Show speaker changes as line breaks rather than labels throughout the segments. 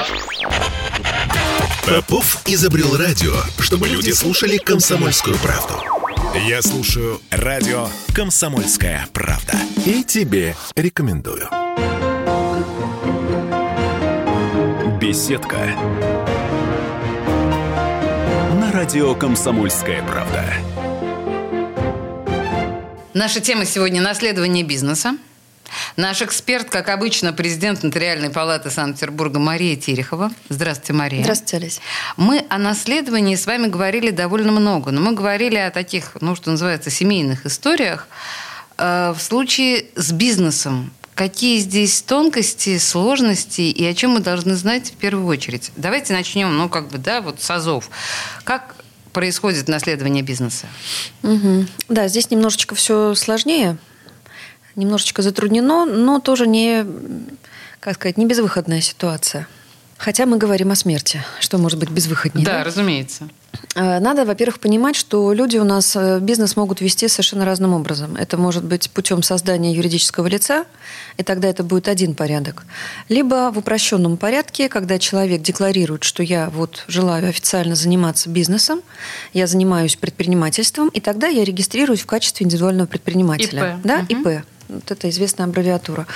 Попов изобрел радио, чтобы люди слушали «Комсомольскую правду». Я слушаю радио «Комсомольская правда». И тебе рекомендую. Беседка. На радио «Комсомольская правда».
Наша тема сегодня – наследование бизнеса. Наш эксперт, как обычно, президент Нотариальной палаты Санкт-Петербурга Мария Терехова. Здравствуйте, Мария.
Здравствуйте, Олеся.
Мы о наследовании с вами говорили довольно много, но мы говорили о таких, что называется, семейных историях. В случае с бизнесом, какие здесь тонкости, сложности и о чем мы должны знать в первую очередь? Давайте начнем, с азов. Как происходит наследование бизнеса?
Угу. Да, здесь немножечко все сложнее. Немножечко затруднено, но тоже не безвыходная ситуация. Хотя мы говорим о смерти, что может быть безвыходнее.
Да, разумеется.
Надо, во-первых, понимать, что люди у нас бизнес могут вести совершенно разным образом. Это может быть путем создания юридического лица, и тогда это будет один порядок. Либо в упрощенном порядке, когда человек декларирует, что я желаю официально заниматься бизнесом, я занимаюсь предпринимательством, и тогда я регистрируюсь в качестве индивидуального предпринимателя.
ИП.
Да, ИП. Это известная аббревиатура.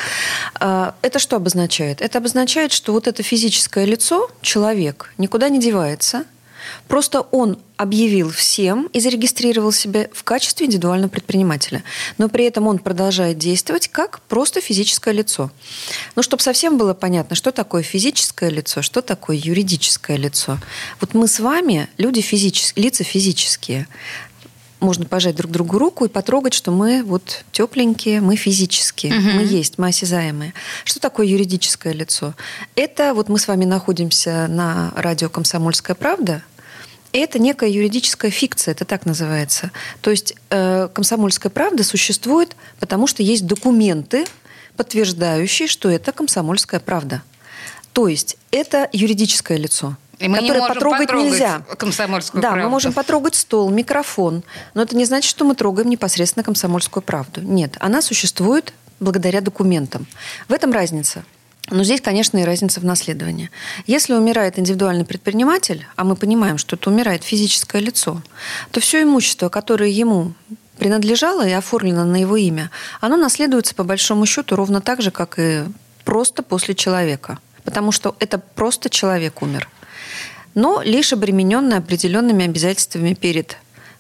Это что обозначает? Это обозначает, что это физическое лицо, человек, никуда не девается. Просто он объявил всем и зарегистрировал себя в качестве индивидуального предпринимателя. Но при этом он продолжает действовать как просто физическое лицо. Чтобы совсем было понятно, что такое физическое лицо, что такое юридическое лицо. Мы с вами, люди физические, лица физические. Можно пожать друг другу руку и потрогать, что мы тепленькие, мы физические, мы есть, мы осязаемые. Что такое юридическое лицо? Это мы с вами находимся на радио «Комсомольская правда». Это некая юридическая фикция, это так называется. То есть «Комсомольская правда» существует, потому что есть документы, подтверждающие, что это «Комсомольская правда». То есть это юридическое лицо.
И мы не можем потрогать
нельзя.
«Комсомольскую
правду».
правду.
Да, мы можем потрогать стол, микрофон, но это не значит, что мы трогаем непосредственно «Комсомольскую правду». Нет, она существует благодаря документам. В этом разница. Но здесь, конечно, и разница в наследовании. Если умирает индивидуальный предприниматель, а мы понимаем, что это умирает физическое лицо, то все имущество, которое ему принадлежало и оформлено на его имя, оно наследуется по большому счету ровно так же, как и просто после человека. Потому что это просто человек умер. Но лишь обремененный определенными обязательствами перед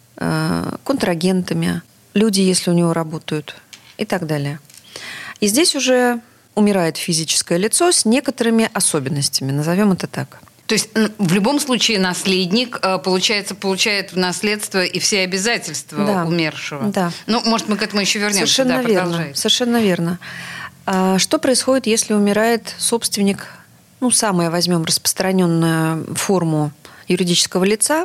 контрагентами, люди, если у него работают, и так далее. И здесь уже умирает физическое лицо с некоторыми особенностями, назовем это так.
То есть в любом случае наследник, получает в наследство и все обязательства умершего.
Да.
Может, мы к этому еще вернемся.
Совершенно верно. Совершенно верно. Что происходит, если умирает собственник? Самую возьмем распространенную форму юридического лица,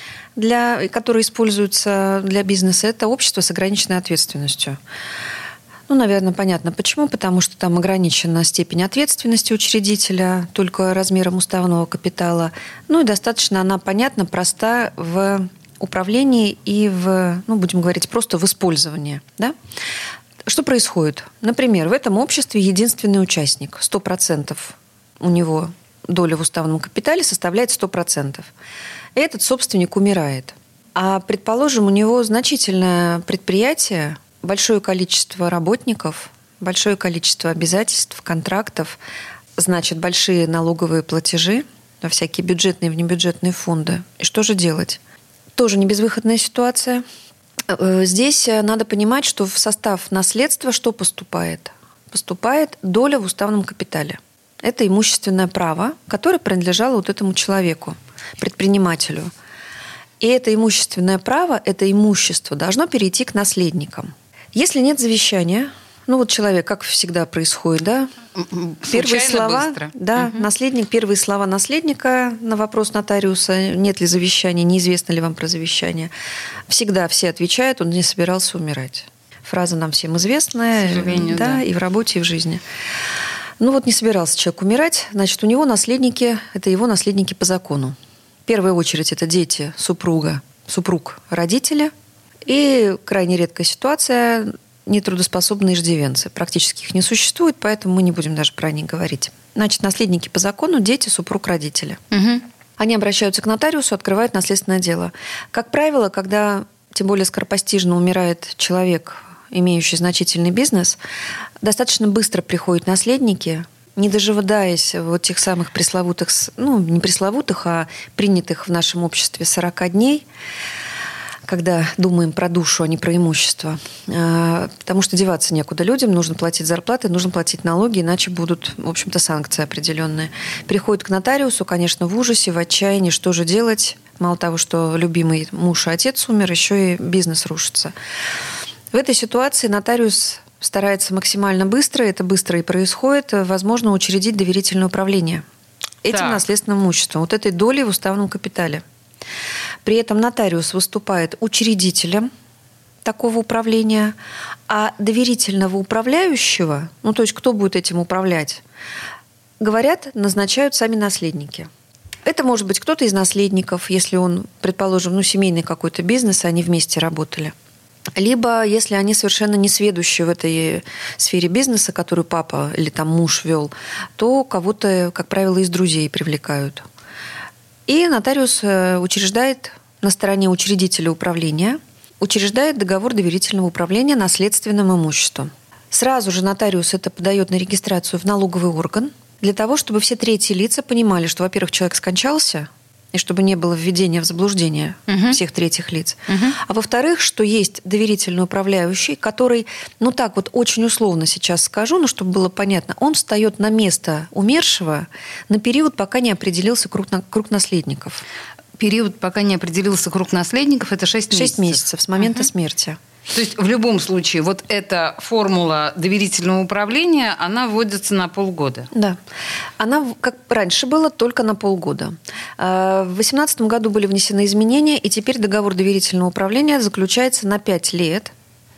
которая используется для бизнеса, это общество с ограниченной ответственностью. Наверное, понятно почему. Потому что там ограничена степень ответственности учредителя только размером уставного капитала. И достаточно она понятна, проста в управлении и будем говорить, просто в использовании. Да? Что происходит? Например, в этом обществе единственный участник, 100%. У него доля в уставном капитале составляет 100%. И этот собственник умирает. А, предположим, у него значительное предприятие, большое количество работников, большое количество обязательств, контрактов, значит, большие налоговые платежи во всякие бюджетные и внебюджетные фонды. И что же делать? Тоже не безвыходная ситуация. Здесь надо понимать, что в состав наследства что поступает? Поступает доля в уставном капитале. Это имущественное право, которое принадлежало этому человеку, предпринимателю. И это имущественное право, это имущество должно перейти к наследникам. Если нет завещания, человек, как всегда происходит, да? Первые слова,
быстро.
Да, наследник, первые слова наследника на вопрос нотариуса, нет ли завещания, неизвестно ли вам про завещание. Всегда все отвечают, он не собирался умирать. Фраза нам всем известная, да, и в работе, и в жизни. Не собирался человек умирать, значит, у него наследники, это его наследники по закону. В первую очередь это дети, супруг, родители. И крайне редкая ситуация, нетрудоспособные иждивенцы. Практически их не существует, поэтому мы не будем даже про них говорить. Значит, наследники по закону – дети, супруг, родители.
Угу.
Они обращаются к нотариусу, открывают наследственное дело. Как правило, когда, тем более скоропостижно, умирает человек, имеющий значительный бизнес, достаточно быстро приходят наследники, не дожидаясь вот тех самых пресловутых, ну, не пресловутых, а принятых в нашем обществе 40 дней, когда думаем про душу, а не про имущество. Потому что деваться некуда людям, нужно платить зарплаты, нужно платить налоги, иначе будут, в общем-то, санкции определенные. Приходит к нотариусу, конечно, в ужасе, в отчаянии, что же делать. Мало того, что любимый муж и отец умер, еще и бизнес рушится. В этой ситуации нотариус старается максимально быстро, это быстро и происходит, возможно, учредить доверительное управление этим наследственным имуществом, вот этой долей в уставном капитале. При этом нотариус выступает учредителем такого управления, а доверительного управляющего, ну то есть кто будет этим управлять, говорят, назначают сами наследники. Это может быть кто-то из наследников, если он, предположим, семейный какой-то бизнес, они вместе работали. Либо, если они совершенно не сведущие в этой сфере бизнеса, которую папа или там муж вел, то кого-то, как правило, из друзей привлекают. И нотариус учреждает на стороне учредителя управления, учреждает договор доверительного управления наследственным имуществом. Сразу же нотариус это подает на регистрацию в налоговый орган для того, чтобы все третьи лица понимали, что, во-первых, человек скончался, и чтобы не было введения в заблуждение всех третьих лиц. А во-вторых, что есть доверительный управляющий, который, так вот очень условно сейчас скажу, но чтобы было понятно, он встает на место умершего на период, пока не определился круг наследников.
Период, пока не определился круг наследников, это 6 месяцев.
6 месяцев с момента смерти.
То есть в любом случае вот эта формула доверительного управления, она вводится на полгода?
Да. Она, как раньше было, только на полгода. В 2018 году были внесены изменения, и теперь договор доверительного управления заключается на 5 лет.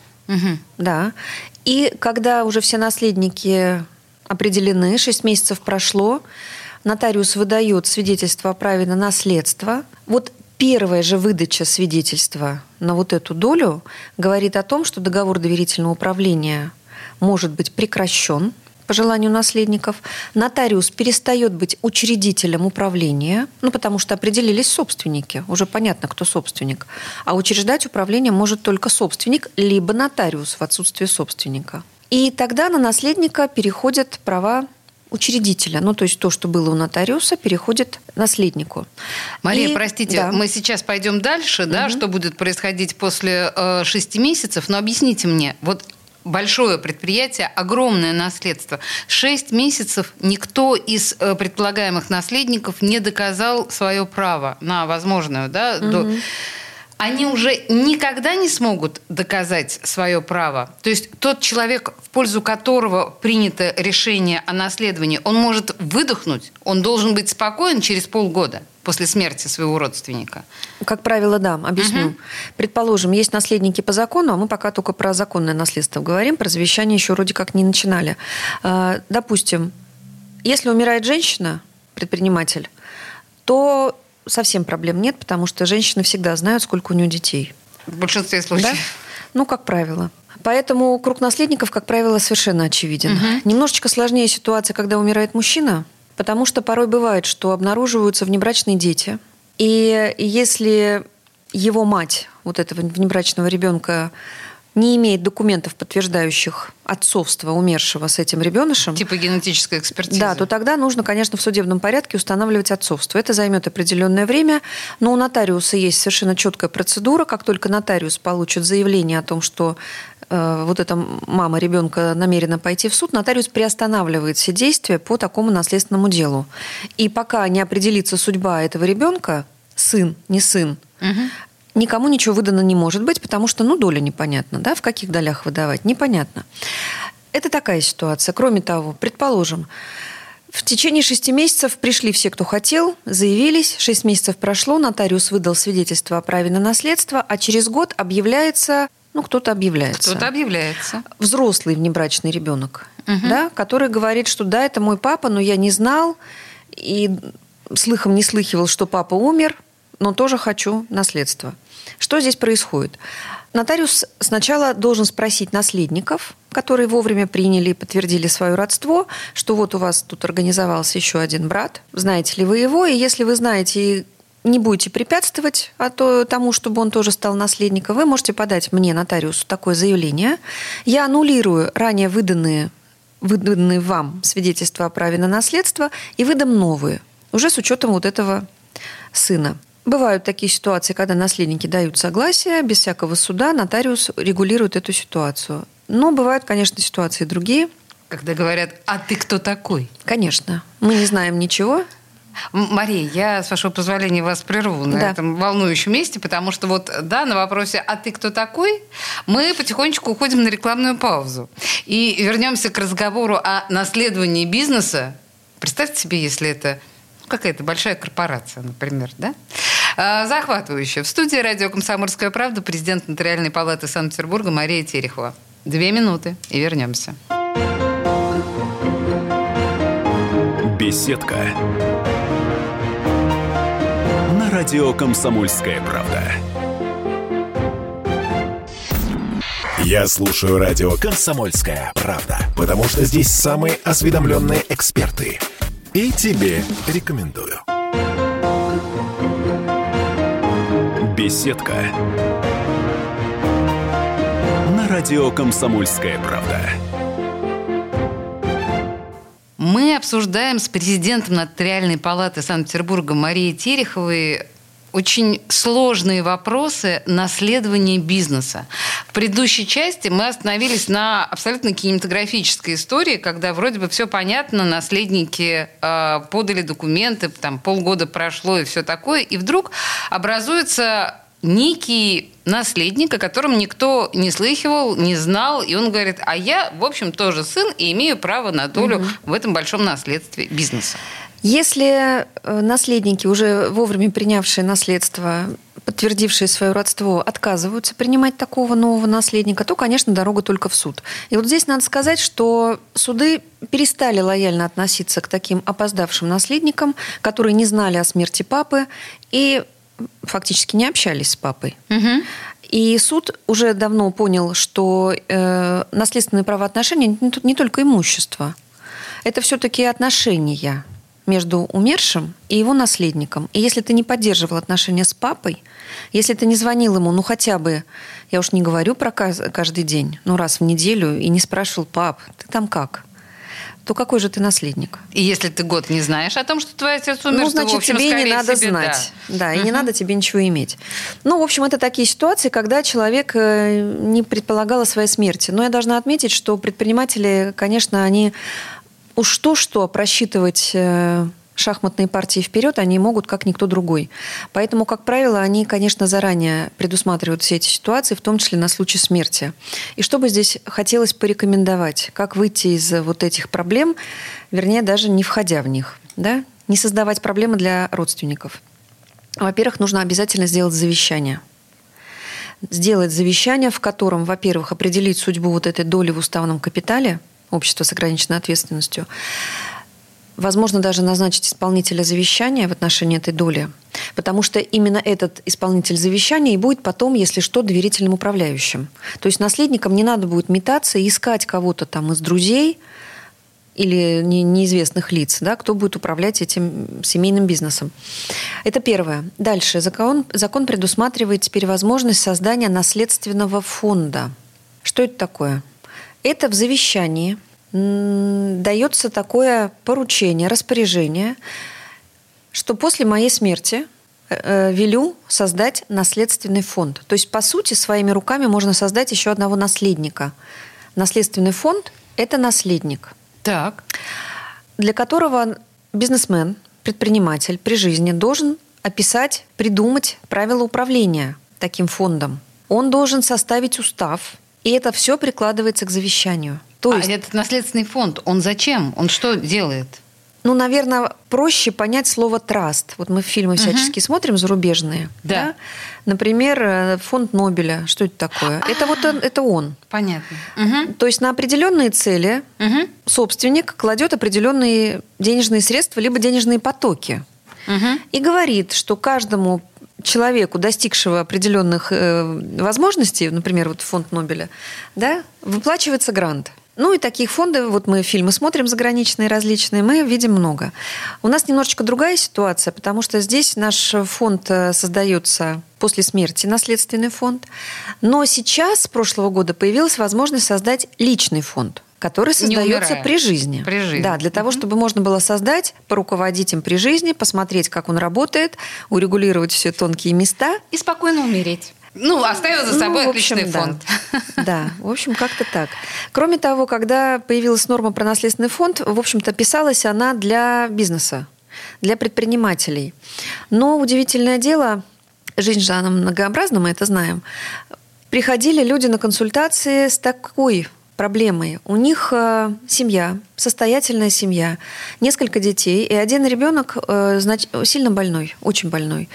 Да. И когда уже все наследники определены, 6 месяцев прошло, нотариус выдает свидетельство о праве на наследство. Вот первая же выдача свидетельства на вот эту долю говорит о том, что договор доверительного управления может быть прекращен по желанию наследников. Нотариус перестает быть учредителем управления, потому что определились собственники. Уже понятно, кто собственник. А учреждать управление может только собственник, либо нотариус в отсутствие собственника. И тогда на наследника переходят права учредителя. То есть то, что было у нотариуса, переходит наследнику.
Мария, простите, мы сейчас пойдем дальше, что будет происходить после 6 месяцев, но объясните мне, вот большое предприятие, огромное наследство, 6 месяцев никто из предполагаемых наследников не доказал свое право на возможную, они уже никогда не смогут доказать свое право. То есть тот человек, в пользу которого принято решение о наследовании, он может выдохнуть, он должен быть спокоен через полгода после смерти своего родственника.
Как правило, да, объясню. Предположим, есть наследники по закону, а мы пока только про законное наследство говорим, про завещание еще вроде как не начинали. Допустим, если умирает женщина, предприниматель, то совсем проблем нет, потому что женщины всегда знают, сколько у нее детей.
В большинстве случаев.
Да? Как правило. Поэтому круг наследников, как правило, совершенно очевиден. Немножечко сложнее ситуация, когда умирает мужчина, потому что порой бывает, что обнаруживаются внебрачные дети. И если его мать, вот этого внебрачного ребенка, не имеет документов, подтверждающих отцовство умершего с этим ребенышем.
Типа генетическая экспертиза.
Да, то тогда нужно, конечно, в судебном порядке устанавливать отцовство. Это займет определенное время, но у нотариуса есть совершенно четкая процедура. Как только нотариус получит заявление о том, что вот эта мама ребенка намерена пойти в суд, нотариус приостанавливает все действия по такому наследственному делу. И пока не определится судьба этого ребенка, сын, не сын, никому ничего выдано не может быть, потому что, доля непонятна, да, в каких долях выдавать, непонятно. Это такая ситуация. Кроме того, предположим, в течение 6 месяцев пришли все, кто хотел, заявились, 6 месяцев прошло, нотариус выдал свидетельство о праве на наследство, а через год объявляется, кто-то объявляется.
Кто-то объявляется.
Взрослый внебрачный ребенок, да, который говорит, что да, это мой папа, но я не знал и слыхом не слыхивал, что папа умер. но тоже хочу наследство. Что здесь происходит? Нотариус сначала должен спросить наследников, которые вовремя приняли и подтвердили свое родство, что вот у вас тут организовался еще один брат, знаете ли вы его, и если вы знаете и не будете препятствовать тому, чтобы он тоже стал наследником, вы можете подать мне, нотариусу, такое заявление. Я аннулирую ранее выданные вам свидетельства о праве на наследство и выдам новые, уже с учетом вот этого сына. Бывают такие ситуации, когда наследники дают согласие, без всякого суда нотариус регулирует эту ситуацию. Но бывают, конечно, ситуации другие.
Когда говорят: а ты кто такой?
Конечно. Мы не знаем ничего.
Мария, я, с вашего позволения, вас прерву на этом волнующем месте, потому что на вопросе «а ты кто такой?» мы потихонечку уходим на рекламную паузу. И вернемся к разговору о наследовании бизнеса. Представьте себе, если это какая-то большая корпорация, например, да? Захватывающая. В студии радио «Комсомольская правда» президент Нотариальной палаты Санкт-Петербурга Мария Терехова. 2 минуты и вернемся.
Беседка. На радио «Комсомольская правда». Я слушаю радио «Комсомольская правда», потому что здесь самые осведомленные эксперты. И тебе рекомендую. Беседка. На радио «Комсомольская правда».
Мы обсуждаем с президентом Нотариальной палаты Санкт-Петербурга Марией Тереховой очень сложные вопросы наследования бизнеса. В предыдущей части мы остановились на абсолютно кинематографической истории, когда вроде бы все понятно, наследники подали документы, там полгода прошло и все такое, и вдруг образуется некий наследник, о котором никто не слыхивал, не знал, и он говорит: а я, в общем, тоже сын и имею право на долю в этом большом наследстве бизнеса.
Если наследники, уже вовремя принявшие наследство, подтвердившие свое родство, отказываются принимать такого нового наследника, то, конечно, дорога только в суд. И вот здесь надо сказать, что суды перестали лояльно относиться к таким опоздавшим наследникам, которые не знали о смерти папы и фактически не общались с папой. И суд уже давно понял, что наследственные правоотношения не только имущество. Это все-таки отношения между умершим и его наследником. И если ты не поддерживал отношения с папой, если ты не звонил ему, хотя бы, я уж не говорю про каждый день, раз в неделю, и не спрашивал: пап, ты там как? То какой же ты наследник?
И если ты год не знаешь о том, что твой отец умер,
значит,
то, в общем,
тебе не надо знать. Да, и не надо тебе ничего иметь. В общем, это такие ситуации, когда человек не предполагал о своей смерти. Но я должна отметить, что предприниматели, конечно, они уж что просчитывать шахматные партии вперед они могут, как никто другой. Поэтому, как правило, они, конечно, заранее предусматривают все эти ситуации, в том числе на случай смерти. И что бы здесь хотелось порекомендовать? Как выйти из вот этих проблем, вернее, даже не входя в них, да? Не создавать проблемы для родственников. Во-первых, нужно обязательно сделать завещание. Сделать завещание, в котором, во-первых, определить судьбу вот этой доли в уставном капитале общества с ограниченной ответственностью. Возможно, даже назначить исполнителя завещания в отношении этой доли, потому что именно этот исполнитель завещания и будет потом, если что, доверительным управляющим. То есть наследникам не надо будет метаться и искать кого-то там из друзей или неизвестных лиц, да, кто будет управлять этим семейным бизнесом. Это первое. Дальше. Закон предусматривает теперь возможность создания наследственного фонда. Что это такое? Это в завещании дается такое поручение, распоряжение, что после моей смерти велю создать наследственный фонд. То есть, по сути, своими руками можно создать еще одного наследника. Наследственный фонд – это наследник, для которого бизнесмен, предприниматель при жизни должен описать, придумать правила управления таким фондом. Он должен составить устав, и это все прикладывается к завещанию. То есть,
этот наследственный фонд, он зачем? Он что делает?
Наверное, проще понять слово «траст». Вот мы фильмы всячески смотрим зарубежные. Да. Например, фонд Нобеля. Что это такое? Это он.
Понятно.
То есть на определенные цели собственник кладет определенные денежные средства либо денежные потоки. И говорит, что каждому человеку, достигшего определенных возможностей, например, вот фонд Нобеля, да, выплачивается грант. Ну и таких фондов, вот мы фильмы смотрим заграничные различные, мы видим много. У нас немножечко другая ситуация, потому что здесь наш фонд создается после смерти, наследственный фонд. Но сейчас, с прошлого года, появилась возможность создать личный фонд, который создается при жизни.
При жизни.
Да, для того, чтобы можно было создать, поруководить им при жизни, посмотреть, как он работает, урегулировать все тонкие места.
И спокойно умереть. Оставил за собой отличный фонд.
Да, в общем, как-то так. Кроме того, когда появилась норма про наследственный фонд, в общем-то, писалась она для бизнеса, для предпринимателей. Но удивительное дело, жизнь же она многообразна, мы это знаем, приходили люди на консультации с такой проблемой. У них семья, состоятельная семья, несколько детей, и один ребенок сильно больной, очень больной,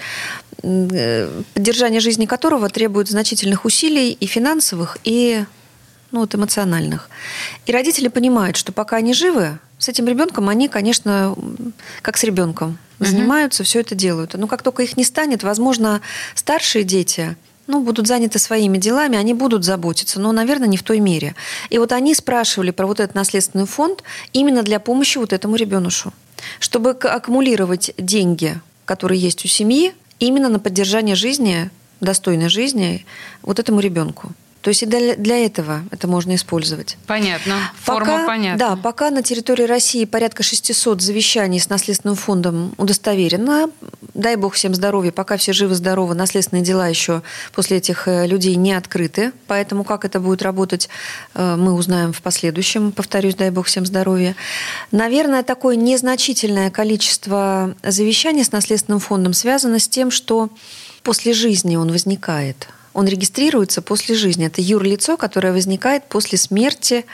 поддержание жизни которого требует значительных усилий и финансовых, и эмоциональных. И родители понимают, что пока они живы, с этим ребенком они, конечно, как с ребенком, занимаются, все это делают. Но как только их не станет, возможно, старшие дети будут заняты своими делами, они будут заботиться, но, наверное, не в той мере. И вот они спрашивали про вот этот наследственный фонд именно для помощи вот этому ребенушу, чтобы аккумулировать деньги, которые есть у семьи, именно на поддержание жизни, достойной жизни вот этому ребенку. То есть и для этого это можно использовать.
Понятно. Форма понятна.
Да, пока на территории России порядка 600 завещаний с наследственным фондом удостоверено. Дай бог всем здоровья, пока все живы-здоровы, наследственные дела еще после этих людей не открыты. Поэтому как это будет работать, мы узнаем в последующем. Повторюсь, дай бог всем здоровья. Наверное, такое незначительное количество завещаний с наследственным фондом связано с тем, что после жизни он возникает. Он регистрируется после жизни. Это юрлицо, которое возникает после смерти,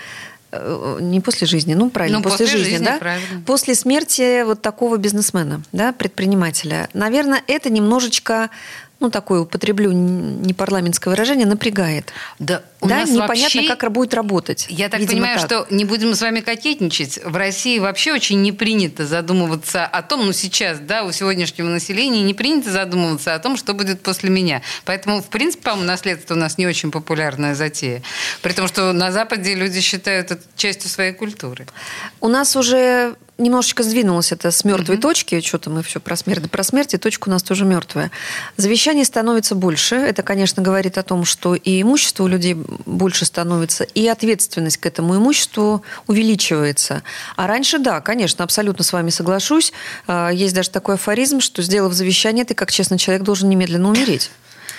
не после жизни, после жизни, да?
Правильно.
После смерти вот такого бизнесмена, да, предпринимателя. Наверное, это немножечко, такое употреблю непарламентское выражение, напрягает.
Да, у нас
непонятно,
вообще,
как будет работать.
Я так понимаю, что не будем с вами кокетничать. В России вообще очень не принято задумываться о том, сейчас, у сегодняшнего населения не принято задумываться о том, что будет после меня. Поэтому, в принципе, по-моему, наследство у нас не очень популярная затея. При том, что на Западе люди считают это частью своей культуры.
У нас уже немножечко сдвинулось это с мертвой точки. Что-то мы все про смерть, и точка у нас тоже мертвая. Завещаний становится больше. Это, конечно, говорит о том, что и имущество у людей больше становится, и ответственность к этому имуществу увеличивается. А раньше, да, конечно, абсолютно с вами соглашусь. Есть даже такой афоризм, что, сделав завещание, ты, как честный человек, должен немедленно умереть.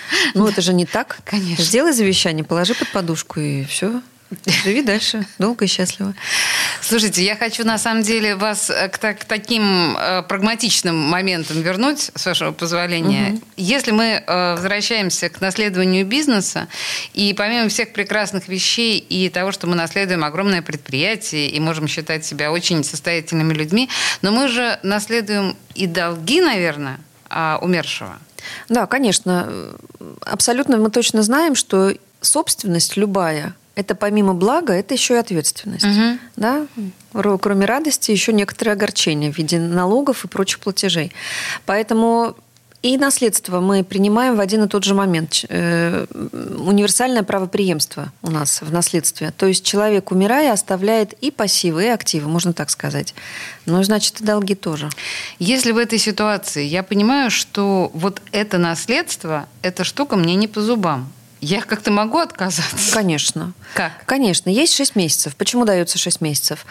Это же не так.
Конечно.
Сделай завещание, положи под подушку, и все. Живи дальше, долго и счастливо.
Слушайте, я хочу, на самом деле, вас к таким прагматичным моментам вернуть, с вашего позволения. Если мы возвращаемся к наследованию бизнеса, и помимо всех прекрасных вещей и того, что мы наследуем огромное предприятие и можем считать себя очень состоятельными людьми, но мы же наследуем и долги, наверное, умершего. Да,
конечно. Абсолютно мы точно знаем, что собственность любая, это помимо блага, это еще и ответственность. Да? Кроме радости, еще некоторые огорчения в виде налогов и прочих платежей. Поэтому и наследство мы принимаем в один и тот же момент. Универсальное правопреемство у нас в наследстве. То есть человек, умирая, оставляет и пассивы, и активы, можно так сказать. Значит, и долги тоже.
Если в этой ситуации я понимаю, что вот это наследство, эта штука мне не по зубам, я как-то могу отказаться?
Конечно.
Как?
Конечно. Есть 6 месяцев. Почему дается 6 месяцев?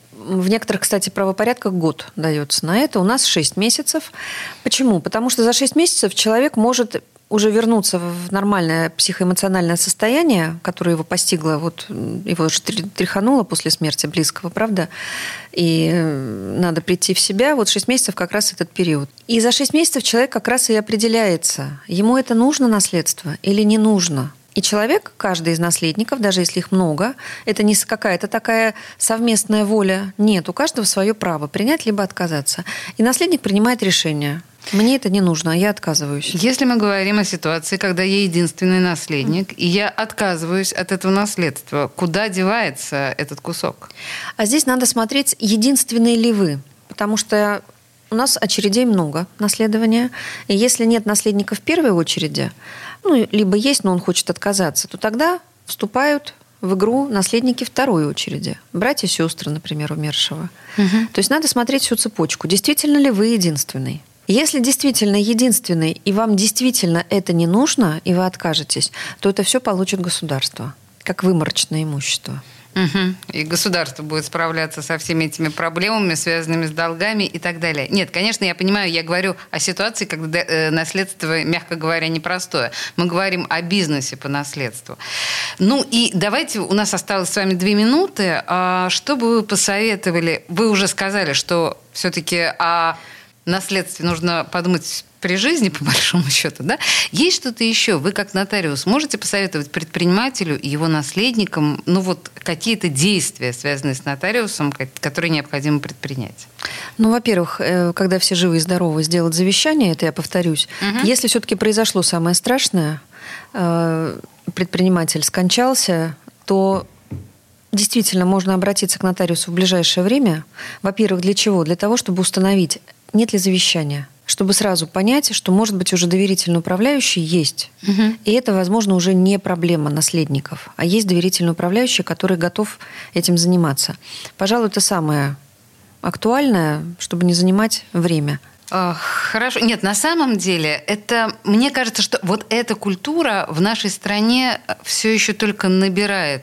В некоторых, кстати, правопорядках год дается на это. У нас 6 месяцев. Почему? Потому что за 6 месяцев человек может уже вернуться в нормальное психоэмоциональное состояние, которое его постигло, его же тряхануло после смерти близкого, правда? И надо прийти в себя. 6 месяцев как раз этот период. И за 6 месяцев человек как раз и определяется, ему это нужно наследство или не нужно. И человек, каждый из наследников, даже если их много, это не какая-то такая совместная воля. Нет, у каждого свое право принять либо отказаться. И наследник принимает решение. Мне это не нужно, а я отказываюсь.
Если мы говорим о ситуации, когда я единственный наследник, и я отказываюсь от этого наследства, куда девается этот кусок?
А здесь надо смотреть, единственные ли вы. Потому что у нас очередей много наследования. И если нет наследника в первой очереди, либо есть, но он хочет отказаться, то тогда вступают в игру наследники второй очереди. Братья и сестры, например, умершего. То есть надо смотреть всю цепочку. Действительно ли вы единственный? Если действительно единственный, и вам действительно это не нужно, и вы откажетесь, то это все получит государство, как выморочное имущество.
И государство будет справляться со всеми этими проблемами, связанными с долгами и так далее. Нет, конечно, я понимаю, я говорю о ситуации, когда наследство, мягко говоря, непростое. Мы говорим о бизнесе по наследству. И давайте, у нас осталось с вами 2 минуты. Что бы вы посоветовали? Вы уже сказали, что все-таки о наследстве нужно подумать при жизни, по большому счету, да? Есть что-то еще? Вы, как нотариус, можете посоветовать предпринимателю и его наследникам, какие-то действия, связанные с нотариусом, которые необходимо предпринять?
Во-первых, когда все живы и здоровы, сделать завещание, это я повторюсь. Если все-таки произошло самое страшное, предприниматель скончался, то действительно можно обратиться к нотариусу в ближайшее время. Во-первых, для чего? Для того, чтобы установить, нет ли завещания. Чтобы сразу понять, что, может быть, уже доверительный управляющий есть. И это, возможно, уже не проблема наследников, а есть доверительный управляющий, который готов этим заниматься. Пожалуй, это самое актуальное, чтобы не занимать время.
Хорошо. Нет, на самом деле, мне кажется, что вот эта культура в нашей стране все еще только набирает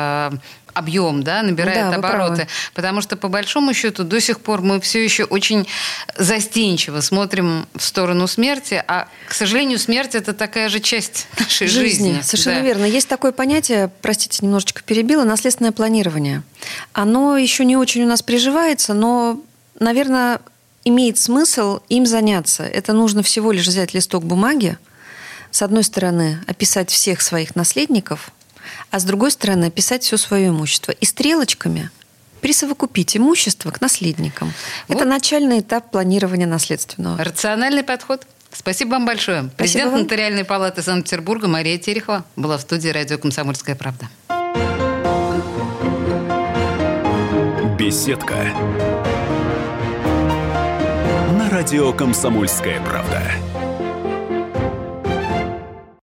объем, набирает обороты. Потому что, по большому счету, до сих пор мы все еще очень застенчиво смотрим в сторону смерти, а, к сожалению, смерть – это такая же часть нашей жизни.
Совершенно верно. Есть такое понятие, простите, немножечко перебила, наследственное планирование. Оно еще не очень у нас приживается, но, наверное, имеет смысл им заняться. Это нужно всего лишь взять листок бумаги, с одной стороны, описать всех своих наследников, а с другой стороны, описать все свое имущество. И стрелочками присовокупить имущество к наследникам. Это начальный этап планирования наследственного.
Рациональный подход. Спасибо вам большое. Президент Нотариальной палаты Санкт-Петербурга Мария Терехова была в студии радио «Комсомольская правда».
Беседка. На радио «Комсомольская правда».